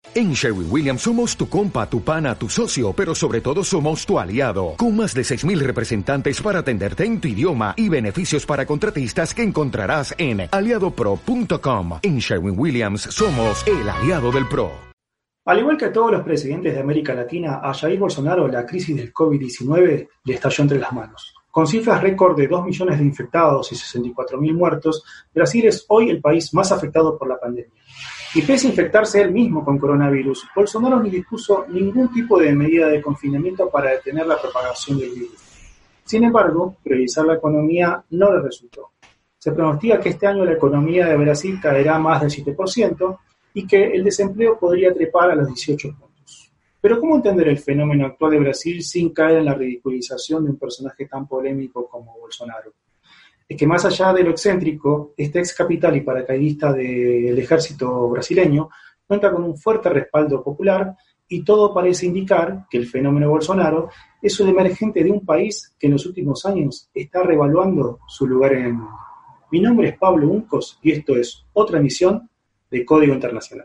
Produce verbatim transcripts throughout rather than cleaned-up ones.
En Sherwin-Williams somos tu compa, tu pana, tu socio, pero sobre todo somos tu aliado, con más de seis mil representantes para atenderte en tu idioma y beneficios para contratistas que encontrarás en aliado pro punto com. En Sherwin-Williams somos el aliado del pro. Al igual que a todos los presidentes de América Latina, a Jair Bolsonaro la crisis del covid diecinueve le estalló entre las manos. Con cifras récord de dos millones de infectados y sesenta y cuatro mil muertos, Brasil es hoy el país más afectado por la pandemia. Y pese a infectarse él mismo con coronavirus, Bolsonaro ni dispuso ningún tipo de medida de confinamiento para detener la propagación del virus. Sin embargo, priorizar la economía no le resultó. Se pronostica que este año la economía de Brasil caerá más del siete por ciento y que el desempleo podría trepar a los dieciocho puntos. Pero ¿cómo entender el fenómeno actual de Brasil sin caer en la ridiculización de un personaje tan polémico como Bolsonaro? Es que más allá de lo excéntrico, este ex capital y paracaidista del ejército brasileño cuenta con un fuerte respaldo popular y todo parece indicar que el fenómeno Bolsonaro es un emergente de un país que en los últimos años está revaluando su lugar en el mundo. Mi nombre es Pablo Uncos y esto es otra emisión de Código Internacional.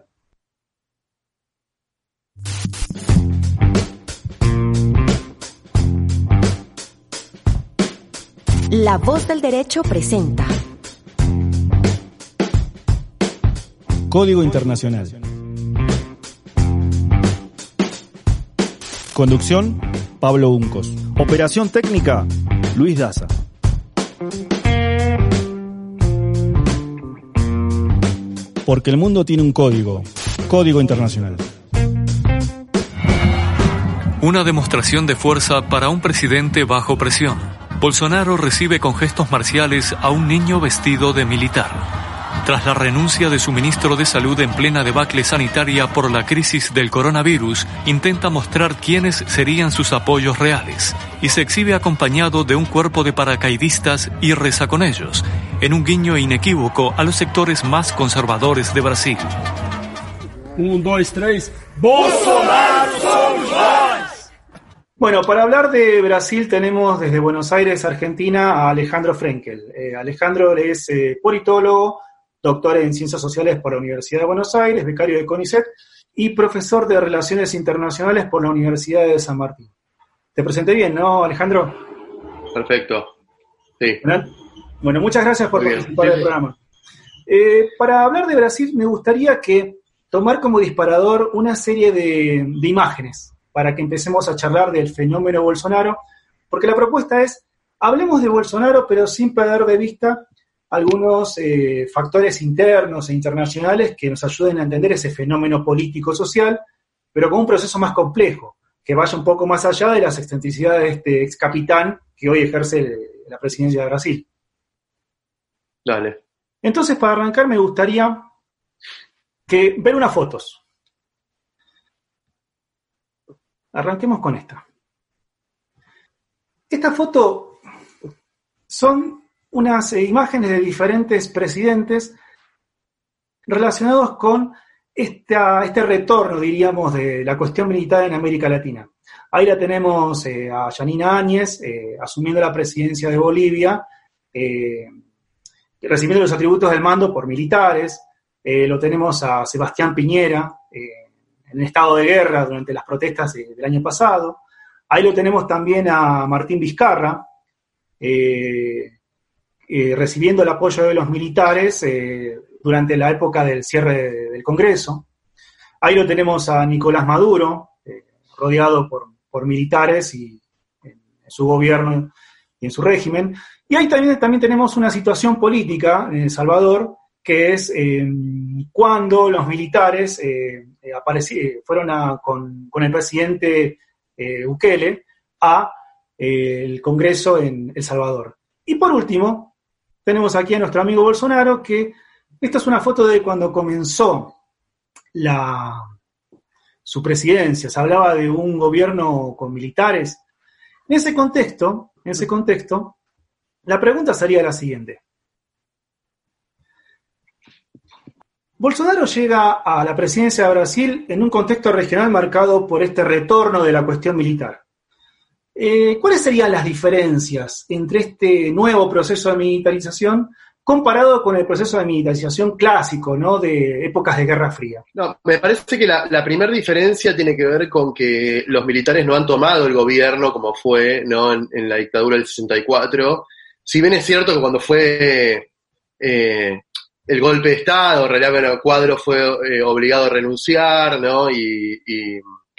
La Voz del Derecho presenta Código Internacional. Conducción, Pablo Uncos. Operación técnica, Luis Daza. Porque el mundo tiene un código. Código Internacional. Una demostración de fuerza para un presidente bajo presión. Bolsonaro recibe con gestos marciales a un niño vestido de militar. Tras la renuncia de su ministro de Salud en plena debacle sanitaria por la crisis del coronavirus, intenta mostrar quiénes serían sus apoyos reales y se exhibe acompañado de un cuerpo de paracaidistas y reza con ellos, en un guiño inequívoco a los sectores más conservadores de Brasil. Un, dos, tres, Bolsonaro somos nós! Bueno, para hablar de Brasil tenemos desde Buenos Aires, Argentina, a Alejandro Frenkel. Eh, Alejandro es eh, politólogo, doctor en Ciencias Sociales por la Universidad de Buenos Aires, becario de CONICET y profesor de Relaciones Internacionales por la Universidad de San Martín. Te presenté bien, ¿no, Alejandro? Perfecto, sí. Bueno, bueno muchas gracias por participar del programa. Eh, para hablar de Brasil me gustaría que tomar como disparador una serie de, de imágenes para que empecemos a charlar del fenómeno Bolsonaro, porque la propuesta es, hablemos de Bolsonaro, pero sin perder de vista algunos eh, factores internos e internacionales que nos ayuden a entender ese fenómeno político-social, pero con un proceso más complejo, que vaya un poco más allá de las excentricidades de este ex capitán que hoy ejerce la presidencia de Brasil. Dale. Entonces, para arrancar, me gustaría que ver unas fotos. Arranquemos con esta. Esta foto son unas eh, imágenes de diferentes presidentes relacionados con esta, este retorno, diríamos, de la cuestión militar en América Latina. Ahí la tenemos eh, a Yanina Áñez eh, asumiendo la presidencia de Bolivia, eh, recibiendo los atributos del mando por militares. Eh, lo tenemos a Sebastián Piñera, eh, en estado de guerra durante las protestas del año pasado. Ahí lo tenemos también a Martín Vizcarra, eh, eh, recibiendo el apoyo de los militares eh, durante la época del cierre de, del Congreso. Ahí lo tenemos a Nicolás Maduro, eh, rodeado por, por militares y en, en su gobierno y en su régimen. Y ahí también, también tenemos una situación política en El Salvador, que es eh, cuando los militares eh, apareci- fueron a, con, con el presidente eh, Bukele a eh, el Congreso en El Salvador. Y por último, tenemos aquí a nuestro amigo Bolsonaro, que esta es una foto de cuando comenzó la, su presidencia. Se hablaba de un gobierno con militares. En ese contexto, en ese contexto, la pregunta sería la siguiente. Bolsonaro llega a la presidencia de Brasil en un contexto regional marcado por este retorno de la cuestión militar. Eh, ¿Cuáles serían las diferencias entre este nuevo proceso de militarización comparado con el proceso de militarización clásico, ¿no? De épocas de Guerra Fría. No, me parece que la, la primera diferencia tiene que ver con que los militares no han tomado el gobierno como fue, ¿no? en, en la dictadura del sesenta y cuatro. Si bien es cierto que cuando fue eh, el golpe de Estado, en realidad bueno, Cuadro fue eh, obligado a renunciar, ¿no? Y, y,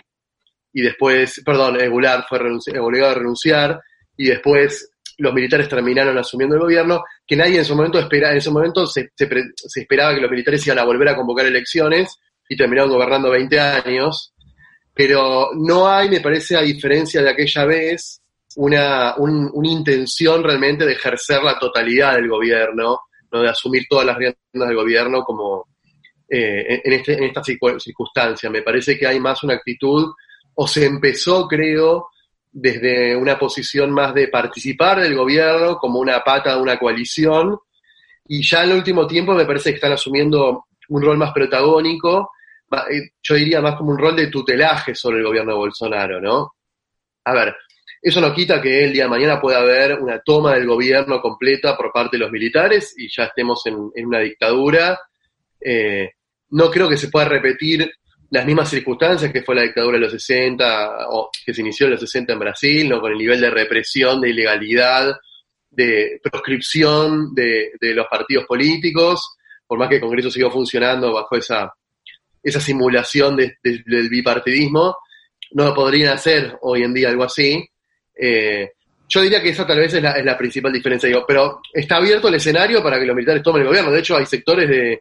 y después, perdón, Goulart fue renunci- obligado a renunciar, y después los militares terminaron asumiendo el gobierno, que nadie en su momento espera, en ese momento se, se, pre, se esperaba que los militares iban a volver a convocar elecciones, y terminaron gobernando veinte años, pero no hay, me parece, a diferencia de aquella vez, una, un, una intención realmente de ejercer la totalidad del gobierno, ¿no? De asumir todas las riendas del gobierno como eh, en, este, en esta circunstancia. Me parece que hay más una actitud, o se empezó, creo, desde una posición más de participar del gobierno como una pata de una coalición, y ya en el último tiempo me parece que están asumiendo un rol más protagónico, yo diría más como un rol de tutelaje sobre el gobierno de Bolsonaro, ¿no? A ver, eso no quita que el día de mañana pueda haber una toma del gobierno completa por parte de los militares y ya estemos en, en una dictadura. Eh, no creo que se pueda repetir las mismas circunstancias que fue la dictadura de los sesenta, o que se inició en los sesenta en Brasil, ¿no? Con el nivel de represión, de ilegalidad, de proscripción de, de los partidos políticos, por más que el Congreso siguió funcionando bajo esa, esa simulación de, de, del bipartidismo, no lo podrían hacer hoy en día algo así. Eh, yo diría que esa tal vez es la, es la principal diferencia, digo, pero está abierto el escenario para que los militares tomen el gobierno. De hecho, hay sectores de,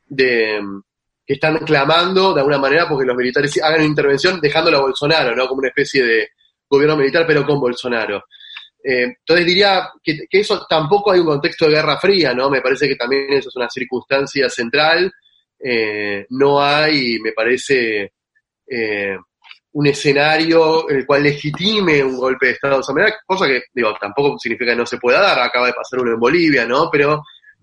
de que están clamando de alguna manera porque los militares hagan una intervención dejándolo a Bolsonaro, ¿no? Como una especie de gobierno militar, pero con Bolsonaro. Eh, entonces diría que, que eso tampoco hay un contexto de Guerra Fría, ¿no? Me parece que también eso es una circunstancia central. Eh, no hay, me parece, eh, un escenario el cual legitime un golpe de Estado de esa manera, cosa que, digo, tampoco significa que no se pueda dar, acaba de pasar uno en Bolivia, ¿no? Pero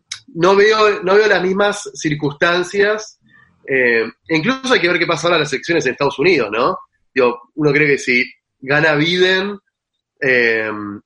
no veo, no veo las mismas circunstancias. Eh, incluso hay que ver qué pasa ahora en las elecciones en Estados Unidos, ¿no? Digo, uno cree que si gana Biden, eh,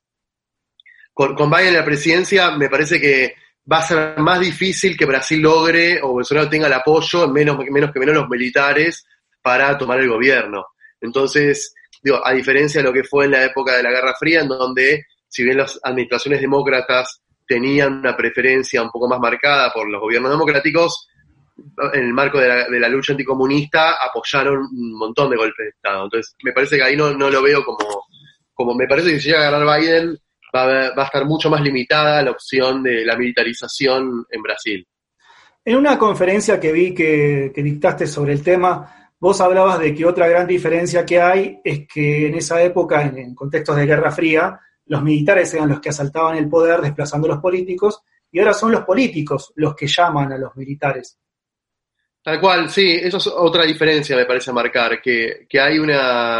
con, con Biden en la presidencia, me parece que va a ser más difícil que Brasil logre o Bolsonaro tenga el apoyo, menos, menos que menos los militares, para tomar el gobierno. Entonces, digo, a diferencia de lo que fue en la época de la Guerra Fría, en donde, si bien las administraciones demócratas tenían una preferencia un poco más marcada por los gobiernos democráticos, en el marco de la, de la lucha anticomunista apoyaron un montón de golpes de Estado. Entonces, me parece que ahí no, no lo veo como, como... Me parece que si llega a ganar Biden, va a, va a estar mucho más limitada la opción de la militarización en Brasil. En una conferencia que vi que, que dictaste sobre el tema, vos hablabas de que otra gran diferencia que hay es que en esa época, en, en contextos de Guerra Fría, los militares eran los que asaltaban el poder desplazando a los políticos, y ahora son los políticos los que llaman a los militares. Tal cual, sí, eso es otra diferencia, me parece marcar, que, que hay una...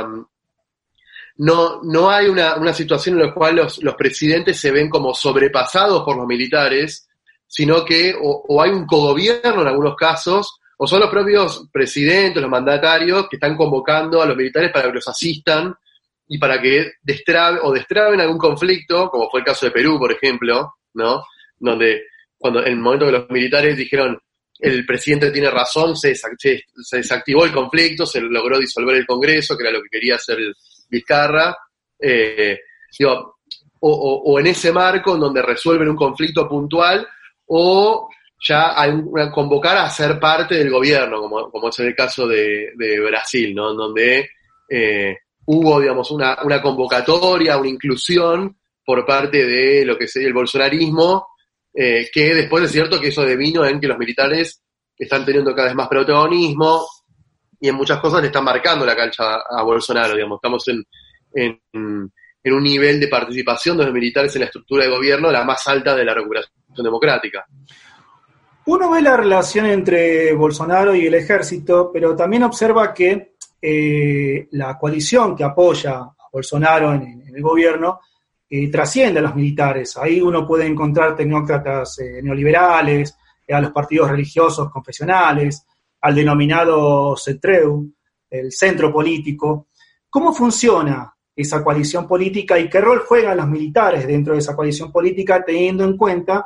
No, no hay una, una situación en la cual los, los presidentes se ven como sobrepasados por los militares, sino que o, o hay un cogobierno en algunos casos, o son los propios presidentes, los mandatarios, que están convocando a los militares para que los asistan y para que destraben o destraben algún conflicto, como fue el caso de Perú, por ejemplo, ¿no? Donde cuando en el momento que los militares dijeron el presidente tiene razón, se, se, se desactivó el conflicto, se logró disolver el Congreso, que era lo que quería hacer el Vizcarra, eh, digo, o, o, o en ese marco en donde resuelven un conflicto puntual, o ya hay una, convocar a ser parte del gobierno, como, como es en el caso de, de Brasil, ¿no? En donde eh, hubo, digamos, una, una convocatoria, una inclusión por parte de lo que sería el bolsonarismo, eh, que después es cierto que eso devino en que los militares están teniendo cada vez más protagonismo y en muchas cosas le están marcando la cancha a, a Bolsonaro, digamos, estamos en, en, en un nivel de participación de los militares en la estructura de gobierno la más alta de la recuperación democrática. Uno ve la relación entre Bolsonaro y el ejército, pero también observa que eh, la coalición que apoya a Bolsonaro en, en el gobierno eh, trasciende a los militares. Ahí uno puede encontrar tecnócratas eh, neoliberales, eh, a los partidos religiosos confesionales, al denominado CENTREU, el centro político. ¿Cómo funciona esa coalición política y qué rol juegan los militares dentro de esa coalición política, teniendo en cuenta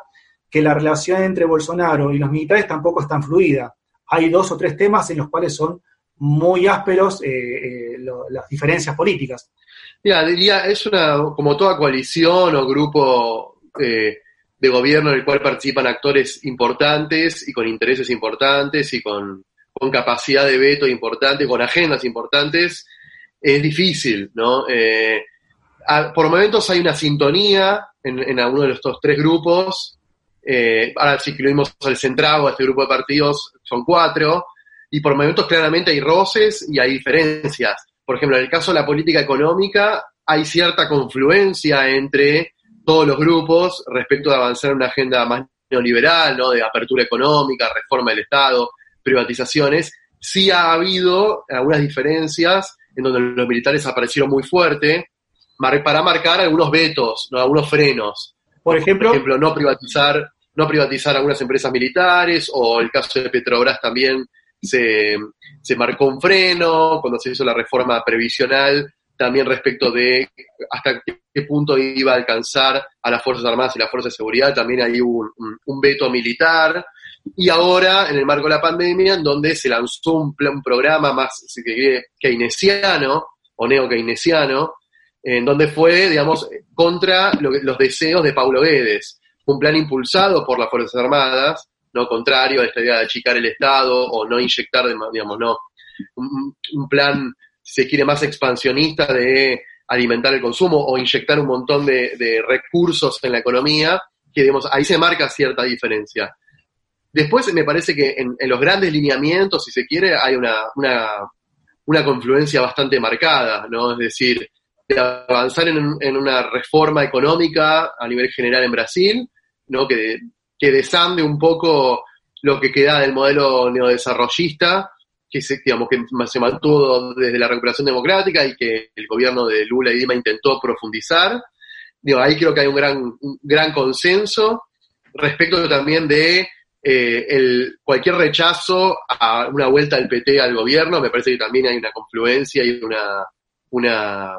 que la relación entre Bolsonaro y los militares tampoco es tan fluida. Hay dos o tres temas en los cuales son muy ásperos eh, eh, lo, las diferencias políticas. Mira, diría, es una, como toda coalición o grupo eh, de gobierno en el cual participan actores importantes y con intereses importantes y con, con capacidad de veto importante, con agendas importantes, es difícil, ¿no? Eh, a, por momentos hay una sintonía en, en alguno de estos tres grupos. Eh, ahora si incluimos al Centrado, a este grupo de partidos, son cuatro, y por momentos claramente hay roces y hay diferencias. Por ejemplo, en el caso de la política económica, hay cierta confluencia entre todos los grupos respecto de avanzar en una agenda más neoliberal, ¿no? De apertura económica, reforma del Estado, privatizaciones. Sí ha habido algunas diferencias en donde los militares aparecieron muy fuerte para marcar algunos vetos, ¿no? Algunos frenos. Por ejemplo, Por ejemplo, no privatizar, no privatizar algunas empresas militares, o el caso de Petrobras también se, se marcó un freno cuando se hizo la reforma previsional, también respecto de hasta qué punto iba a alcanzar a las Fuerzas Armadas y las Fuerzas de Seguridad, también hay un, un, un veto militar. Y ahora, en el marco de la pandemia, en donde se lanzó un, plan, un programa más si quiere, keynesiano o neo-keynesiano, en donde fue, digamos, contra lo, los deseos de Paulo Guedes. Un plan impulsado por las Fuerzas Armadas, no contrario a esta idea de achicar el Estado o no inyectar, digamos, no. Un, un plan, si se quiere, más expansionista de alimentar el consumo o inyectar un montón de, de recursos en la economía, que, digamos, ahí se marca cierta diferencia. Después me parece que en, en los grandes lineamientos, si se quiere, hay una, una, una confluencia bastante marcada, ¿no? Es decir, de avanzar en, en una reforma económica a nivel general en Brasil, ¿no? Que, que desande un poco lo que queda del modelo neodesarrollista, que se, digamos, que se mantuvo desde la recuperación democrática y que el gobierno de Lula y Dilma intentó profundizar. Digo, ahí creo que hay un gran, un gran consenso respecto también de eh, el, cualquier rechazo a una vuelta del P T al gobierno. Me parece que también hay una confluencia y una, una,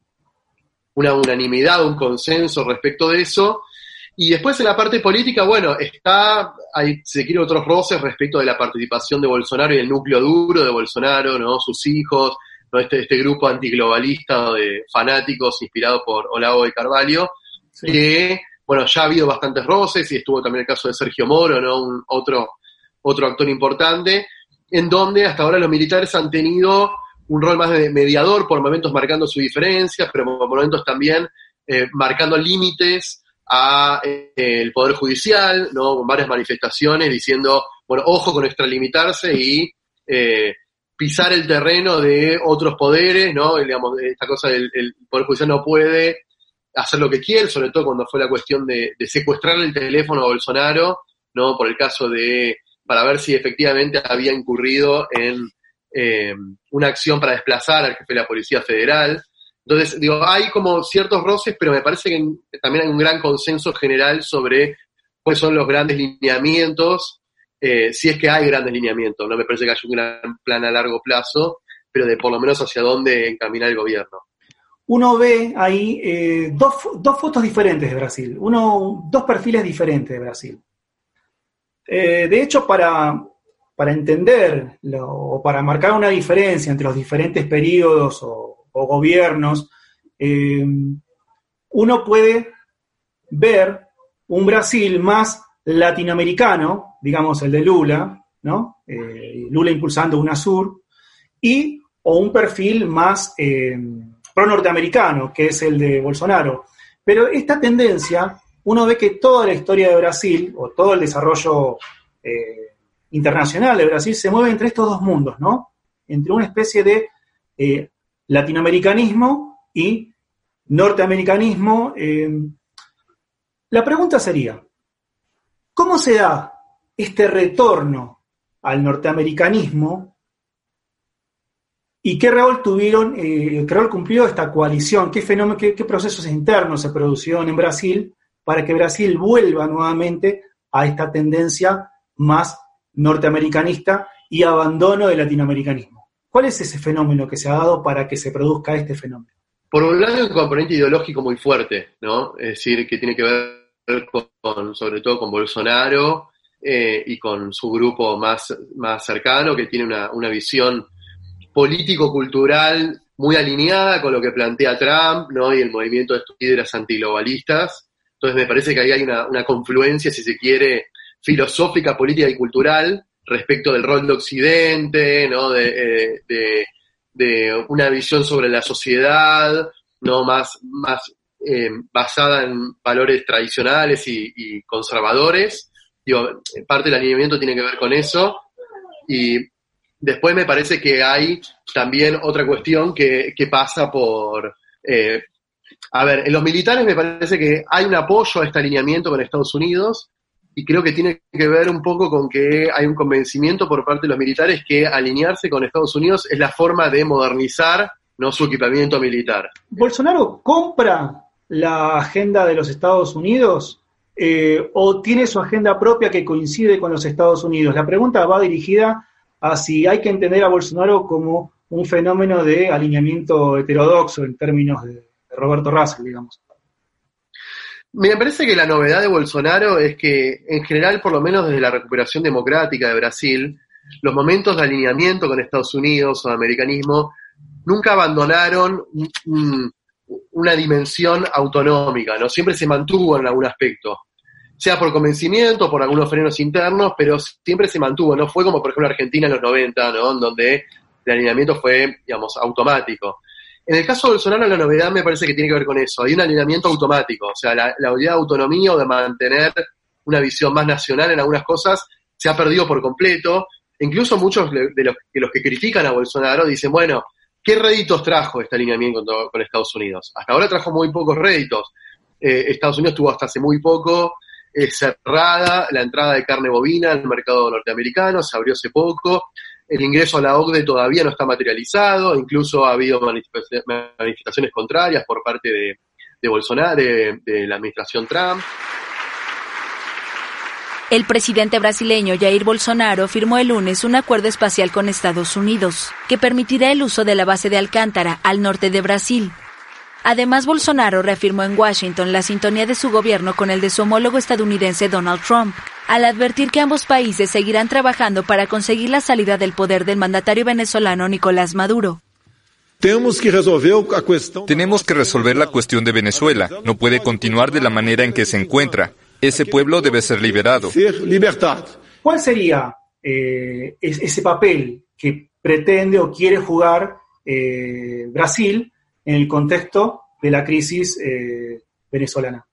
una unanimidad, un consenso respecto de eso. Y después en la parte política, bueno, está, hay, si se quiere, otros roces respecto de la participación de Bolsonaro y el núcleo duro de Bolsonaro, ¿no? Sus hijos, ¿no? Este, este grupo antiglobalista de fanáticos inspirado por Olavo de Carvalho, sí. Que, bueno, ya ha habido bastantes roces, y estuvo también el caso de Sergio Moro, ¿no? Un, otro, otro actor importante, en donde hasta ahora los militares han tenido un rol más de mediador, por momentos marcando sus diferencias, pero por momentos también eh, marcando límites a eh, el Poder Judicial, ¿no? Con varias manifestaciones diciendo, bueno, ojo con extralimitarse y eh, pisar el terreno de otros poderes, ¿no? Y, digamos, esta cosa del el Poder Judicial no puede hacer lo que quiere, sobre todo cuando fue la cuestión de, de secuestrarle el teléfono a Bolsonaro, ¿no? Por el caso de, para ver si efectivamente había incurrido en eh, una acción para desplazar al jefe de la Policía Federal. Entonces, digo, hay como ciertos roces, pero me parece que también hay un gran consenso general sobre cuáles son los grandes lineamientos, eh, si es que hay grandes lineamientos. No me parece que haya un gran plan a largo plazo, pero de por lo menos hacia dónde encaminar el gobierno. Uno ve ahí eh, dos, dos fotos diferentes de Brasil, uno, dos perfiles diferentes de Brasil. Eh, de hecho, para, para entender lo, o para marcar una diferencia entre los diferentes periodos o o gobiernos, eh, uno puede ver un Brasil más latinoamericano, digamos el de Lula, ¿no? Eh, Lula impulsando UNASUR, y o un perfil más eh, pro-norteamericano, que es el de Bolsonaro. Pero esta tendencia, uno ve que toda la historia de Brasil, o todo el desarrollo eh, internacional de Brasil, se mueve entre estos dos mundos, ¿no? Entre una especie de eh, latinoamericanismo y norteamericanismo. Eh, la pregunta sería, ¿cómo se da este retorno al norteamericanismo y qué rol tuvieron, eh, qué rol cumplió esta coalición, qué fenómeno, qué, qué procesos internos se produjeron en Brasil para que Brasil vuelva nuevamente a esta tendencia más norteamericanista y abandono del latinoamericanismo? ¿Cuál es ese fenómeno que se ha dado para que se produzca este fenómeno? Por un lado, hay un componente ideológico muy fuerte, ¿no? Es decir, que tiene que ver con, sobre todo con Bolsonaro eh, y con su grupo más, más cercano, que tiene una, una visión político-cultural muy alineada con lo que plantea Trump, ¿no? Y el movimiento de estos líderes antiglobalistas. Entonces me parece que ahí hay una, una confluencia, si se quiere, filosófica, política y cultural respecto del rol de Occidente, ¿no? De, eh, de, de una visión sobre la sociedad, ¿no? Más, más eh, basada en valores tradicionales y, y conservadores. Digo, parte del alineamiento tiene que ver con eso. Y después me parece que hay también otra cuestión que, que pasa por... Eh, a ver, en los militares me parece que hay un apoyo a este alineamiento con Estados Unidos y creo que tiene que ver un poco con que hay un convencimiento por parte de los militares que alinearse con Estados Unidos es la forma de modernizar, ¿no?, su equipamiento militar. ¿Bolsonaro compra la agenda de los Estados Unidos eh, o tiene su agenda propia que coincide con los Estados Unidos? La pregunta va dirigida a si hay que entender a Bolsonaro como un fenómeno de alineamiento heterodoxo en términos de, de Roberto Russell, digamos. Me parece que la novedad de Bolsonaro es que, en general, por lo menos desde la recuperación democrática de Brasil, los momentos de alineamiento con Estados Unidos o de americanismo nunca abandonaron un, una dimensión autonómica, ¿no? Siempre se mantuvo en algún aspecto, sea por convencimiento, por algunos frenos internos, pero siempre se mantuvo. No fue como, por ejemplo, Argentina en los noventa, ¿no?, en donde el alineamiento fue, digamos, automático. En el caso de Bolsonaro, la novedad me parece que tiene que ver con eso. Hay un alineamiento automático, o sea, la, la idea de autonomía o de mantener una visión más nacional en algunas cosas se ha perdido por completo. Incluso muchos de los, de los que critican a Bolsonaro dicen, bueno, ¿qué réditos trajo este alineamiento con, con Estados Unidos? Hasta ahora trajo muy pocos réditos. Eh, Estados Unidos tuvo hasta hace muy poco eh, cerrada la entrada de carne bovina al mercado norteamericano, se abrió hace poco. El ingreso a la O C D E todavía no está materializado, incluso ha habido manifestaciones contrarias por parte de, de Bolsonaro, de, de la administración Trump. El presidente brasileño Jair Bolsonaro firmó el lunes un acuerdo espacial con Estados Unidos, que permitirá el uso de la base de Alcántara, al norte de Brasil. Además, Bolsonaro reafirmó en Washington la sintonía de su gobierno con el de su homólogo estadounidense Donald Trump, al advertir que ambos países seguirán trabajando para conseguir la salida del poder del mandatario venezolano Nicolás Maduro. Tenemos que resolver a cuestión... Tenemos que resolver la cuestión de Venezuela. No puede continuar de la manera en que se encuentra. Ese pueblo debe ser liberado. ¿Cuál sería eh, ese papel que pretende o quiere jugar eh, Brasil en el contexto de la crisis eh, venezolana?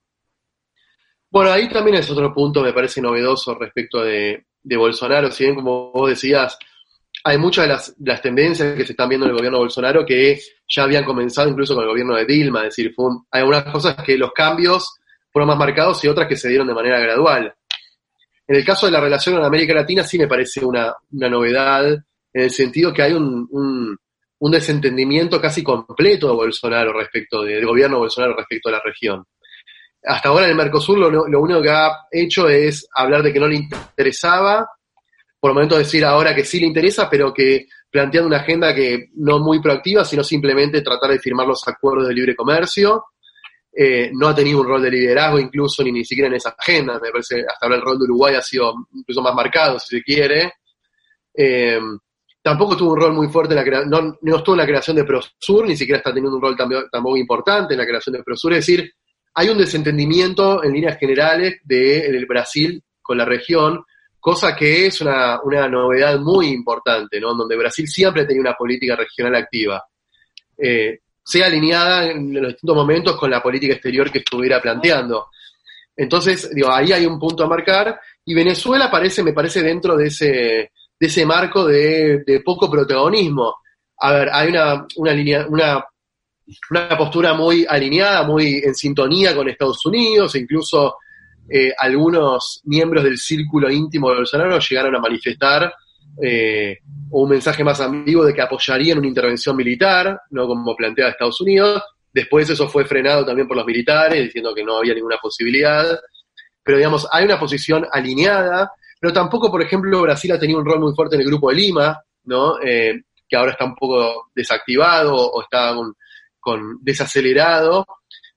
Bueno, ahí también es otro punto, me parece novedoso respecto de, de Bolsonaro. Si bien, como vos decías, hay muchas de las, de las tendencias que se están viendo en el gobierno de Bolsonaro que ya habían comenzado incluso con el gobierno de Dilma. Es decir, fue un, hay algunas cosas que los cambios fueron más marcados y otras que se dieron de manera gradual. En el caso de la relación con América Latina sí me parece una, una novedad, en el sentido que hay un, un, un desentendimiento casi completo de Bolsonaro respecto de, del gobierno de Bolsonaro respecto a la región. Hasta ahora en el Mercosur lo, lo único que ha hecho es hablar de que no le interesaba, por el momento decir ahora que sí le interesa, pero que planteando una agenda que no muy proactiva, sino simplemente tratar de firmar los acuerdos de libre comercio. Eh, no ha tenido un rol de liderazgo incluso, ni, ni siquiera en esa agenda. Me parece hasta ahora el rol de Uruguay ha sido incluso más marcado, si se quiere. Eh, tampoco tuvo un rol muy fuerte en la creación, no, no estuvo en la creación de Prosur, ni siquiera está teniendo un rol también, tampoco importante en la creación de Prosur. Es decir, hay un desentendimiento en líneas generales de, del Brasil con la región, cosa que es una, una novedad muy importante, ¿no? Donde Brasil siempre tenía una política regional activa. Eh, sea alineada en los distintos momentos con la política exterior que estuviera planteando. Entonces, digo, ahí hay un punto a marcar, y Venezuela parece, me parece dentro de ese, de ese marco de, de poco protagonismo. A ver, hay una, una, linea, una, una postura muy alineada, muy en sintonía con Estados Unidos, e incluso eh, algunos miembros del círculo íntimo de Bolsonaro llegaron a manifestar Eh, o un mensaje más ambiguo de que apoyarían una intervención militar, no como plantea Estados Unidos. Después eso fue frenado también por los militares, diciendo que no había ninguna posibilidad. Pero digamos, hay una posición alineada, pero tampoco, por ejemplo, Brasil ha tenido un rol muy fuerte en el Grupo de Lima, ¿no? Eh, que ahora está un poco desactivado o está con, con desacelerado.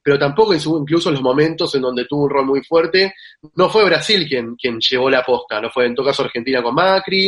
pero tampoco incluso en los momentos en donde tuvo un rol muy fuerte, no fue Brasil quien, quien llevó la posta, no fue en todo caso Argentina con Macri,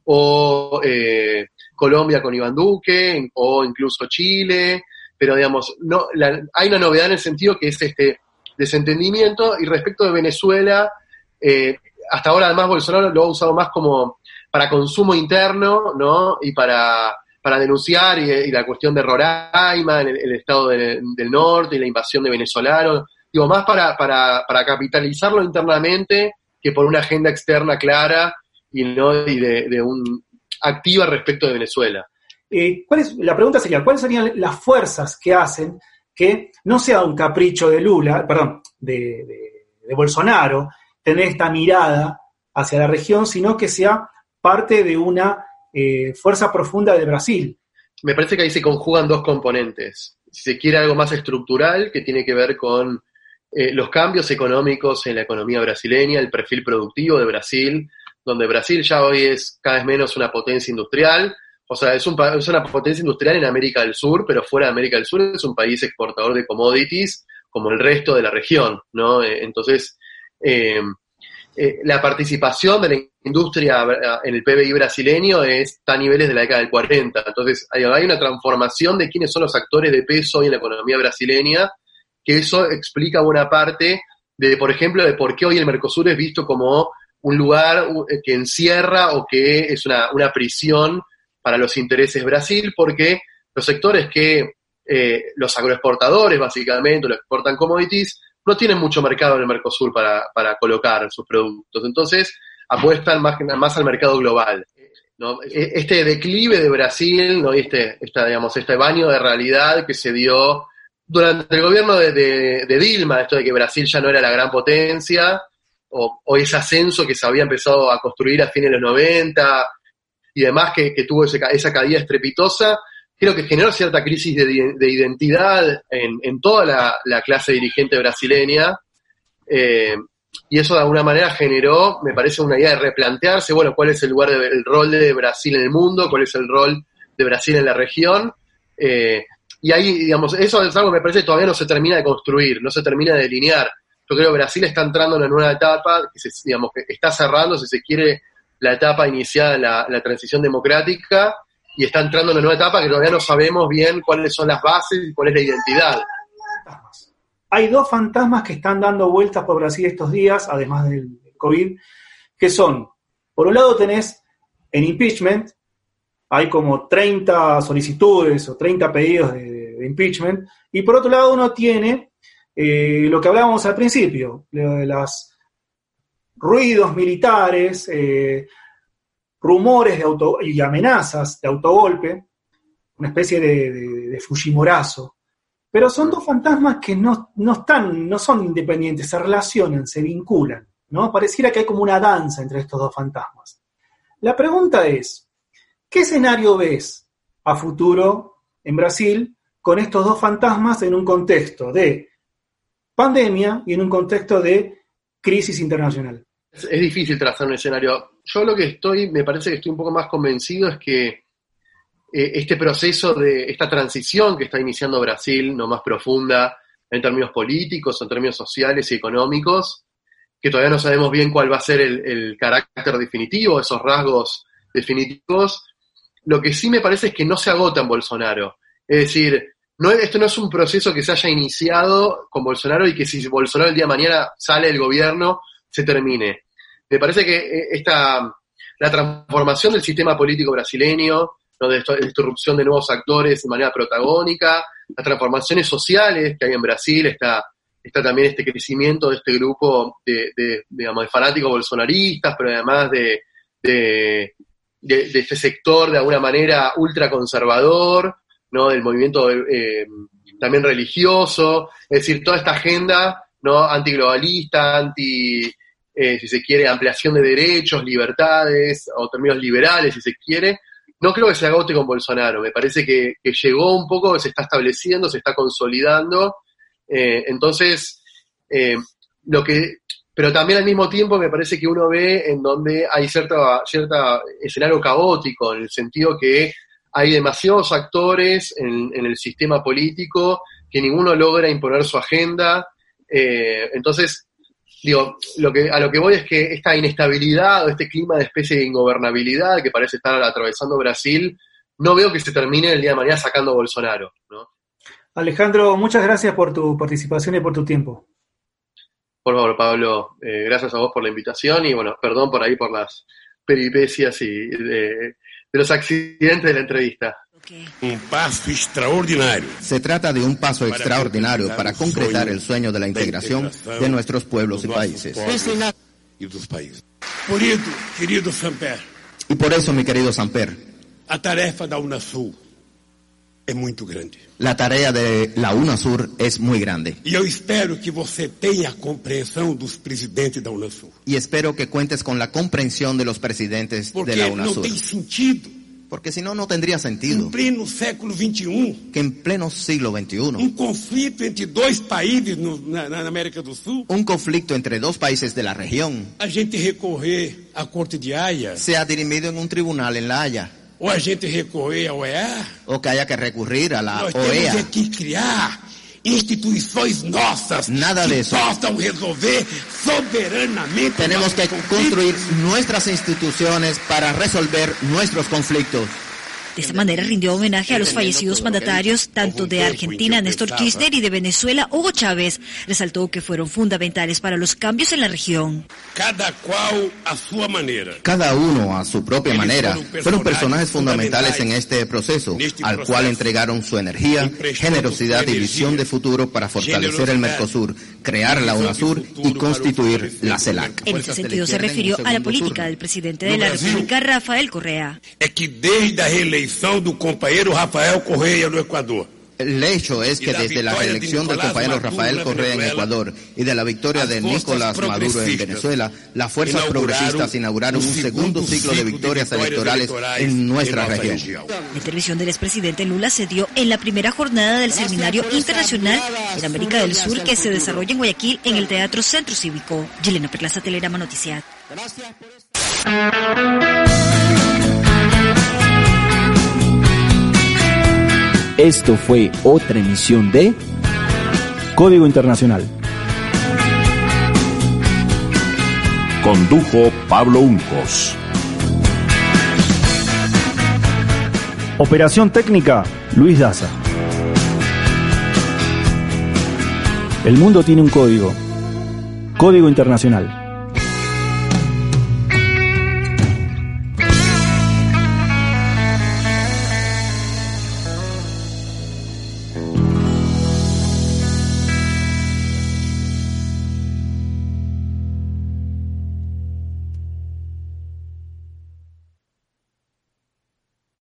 o eh, Colombia con Iván Duque, o incluso Chile, pero digamos, no, la, hay una novedad en el sentido que es este desentendimiento, y respecto de Venezuela, eh, hasta ahora además Bolsonaro lo ha usado más como para consumo interno, ¿no? Y para, para denunciar, y, y la cuestión de Roraima, el, el estado de, del norte, y la invasión de venezolanos, digo, más para, para, para capitalizarlo internamente que por una agenda externa clara y no y de, de un activa respecto de Venezuela. Eh, ¿cuál es, la pregunta sería, ¿cuáles serían las fuerzas que hacen que no sea un capricho de Lula, perdón, de, de, de Bolsonaro, tener esta mirada hacia la región, sino que sea parte de una eh, fuerza profunda de Brasil? Me parece que ahí se conjugan dos componentes. Si se quiere algo más estructural, que tiene que ver con eh, los cambios económicos en la economía brasileña, el perfil productivo de Brasil, donde Brasil ya hoy es cada vez menos una potencia industrial. O sea, es, un, es una potencia industrial en América del Sur, pero fuera de América del Sur es un país exportador de commodities como el resto de la región, ¿no? Eh, entonces, eh, eh, la participación de la industria en el P B I brasileño está a niveles de la década del cuarenta. Entonces, hay, hay una transformación de quiénes son los actores de peso hoy en la economía brasileña, que eso explica buena parte de, por ejemplo, de por qué hoy el Mercosur es visto como un lugar que encierra o que es una, una prisión para los intereses Brasil, porque los sectores que, eh, los agroexportadores básicamente, los que exportan commodities, no tienen mucho mercado en el Mercosur para, para colocar sus productos. Entonces, apuestan más, más al mercado global, ¿no? Este declive de Brasil, ¿no? Y este, esta, digamos, este baño de realidad que se dio durante el gobierno de, de, de Dilma, esto de que Brasil ya no era la gran potencia, o, o ese ascenso que se había empezado a construir a fines de los noventa, y demás, que, que tuvo ese, esa caída estrepitosa, creo que generó cierta crisis de, de identidad en, en toda la, la clase dirigente brasileña, eh, y eso de alguna manera generó, me parece, una idea de replantearse, bueno, cuál es el lugar, de, el rol de Brasil en el mundo, cuál es el rol de Brasil en la región, eh, y ahí, digamos, eso es algo que me parece que todavía no se termina de construir, no se termina de delinear. Yo creo que Brasil está entrando en una nueva etapa, que se, digamos, que está cerrando, si se quiere, la etapa iniciada en la, la transición democrática, y está entrando en una nueva etapa que todavía no sabemos bien cuáles son las bases y cuál es la identidad. Hay dos fantasmas que están dando vueltas por Brasil estos días, además del COVID, que son, por un lado tenés en impeachment, hay como treinta solicitudes o treinta pedidos de, de impeachment, y por otro lado uno tiene eh, lo que hablábamos al principio, de las ruidos militares, eh, rumores de auto, y amenazas de autogolpe, una especie de, de, de Fujimorazo. Pero son dos fantasmas que no, no están, no son independientes, se relacionan, se vinculan, ¿no? Pareciera que hay como una danza entre estos dos fantasmas. La pregunta es, ¿qué escenario ves a futuro en Brasil con estos dos fantasmas en un contexto de pandemia y en un contexto de crisis internacional? Es, es difícil trazar un escenario. Yo lo que estoy, me parece que estoy un poco más convencido es que eh, este proceso de, esta transición que está iniciando Brasil, no más profunda en términos políticos, en términos sociales y económicos, que todavía no sabemos bien cuál va a ser el, el carácter definitivo, esos rasgos definitivos, lo que sí me parece es que no se agota en Bolsonaro. Es decir, no, esto no es un proceso que se haya iniciado con Bolsonaro y que si Bolsonaro el día de mañana sale del gobierno, se termine. Me parece que esta, la transformación del sistema político brasileño, ¿no? de esta disrupción de nuevos actores de manera protagónica, las transformaciones sociales que hay en Brasil, está, está también este crecimiento de este grupo de, de, digamos, de fanáticos bolsonaristas, pero además de, de, de, de este sector de alguna manera ultraconservador, ¿no? Del movimiento eh, también religioso, es decir, toda esta agenda, ¿no? Antiglobalista, anti, eh, si se quiere, ampliación de derechos, libertades, o términos liberales, si se quiere. No creo que se agote con Bolsonaro, me parece que, que llegó un poco, se está estableciendo, se está consolidando, eh, entonces, eh, lo que, pero también al mismo tiempo me parece que uno ve en donde hay cierta, cierta escenario caótico, en el sentido que hay demasiados actores en, en el sistema político que ninguno logra imponer su agenda. Eh, entonces, digo, lo que, a lo que voy es que esta inestabilidad o este clima de especie de ingobernabilidad que parece estar atravesando Brasil, no veo que se termine el día de mañana sacando a Bolsonaro, ¿no? Alejandro, muchas gracias por tu participación y por tu tiempo. Por favor, Pablo, eh, gracias a vos por la invitación y bueno, perdón por ahí por las peripecias y de, de los accidentes de la entrevista. Un paso extraordinario. Se trata de un paso extraordinario para concretar el sueño de la integración de nuestros pueblos y países. Y dos países. Por eso, querido Samper. Y por eso, mi querido Samper, a tarefa da UNASUR é muito grande. La tarea de la UNASUR es muy grande. E eu espero que você tenha a compreensão dos presidentes da UNASUR. Y espero que cuentes con la comprensión de los presidentes Porque de la UNASUR. não tem sentido. Porque si no, no tendría sentido. Em pleno século vinte e um. Que en pleno siglo veintiuno. Um conflito entre dois países no, na, na América do Sul. Un conflicto entre dos países de la región. A gente recorrer à Corte de Haia. Sea dirimido en un tribunal en La Haya. Ou a gente recorrer à O E A. O que haya que recurrir a la Nós O E A. temos que criar instituições nossas. Nada que de eso. possam resolver soberanamente. Tenemos que construir nuestras instituciones para resolver nuestros conflictos. De esta manera rindió homenaje a los fallecidos mandatarios tanto de Argentina, Néstor Kirchner, y de Venezuela, Hugo Chávez. Resaltó que fueron fundamentales para los cambios en la región. Cada cual a su manera. Cada uno a su propia manera fueron personajes fundamentales en este proceso, al cual entregaron su energía, generosidad y visión de futuro para fortalecer el Mercosur, crear la UNASUR y constituir la CELAC. En ese sentido se refirió a la política del presidente de la República, Rafael Correa. É que desde a reeleição do companheiro Rafael Correa no Equador. El hecho es que desde la reelección del compañero Rafael Correa en Ecuador y de la victoria de Nicolás Maduro en Venezuela, las fuerzas progresistas inauguraron un segundo ciclo de victorias electorales en nuestra región. La intervención del expresidente Lula se dio en la primera jornada del Seminario Internacional en América del Sur que se desarrolla en Guayaquil en el Teatro Centro Cívico. Yelena Perlaza, Telerama Noticias. Esto fue otra emisión de Código Internacional. Condujo Pablo Uncos. Operación técnica, Luis Daza. El mundo tiene un código. Código Internacional.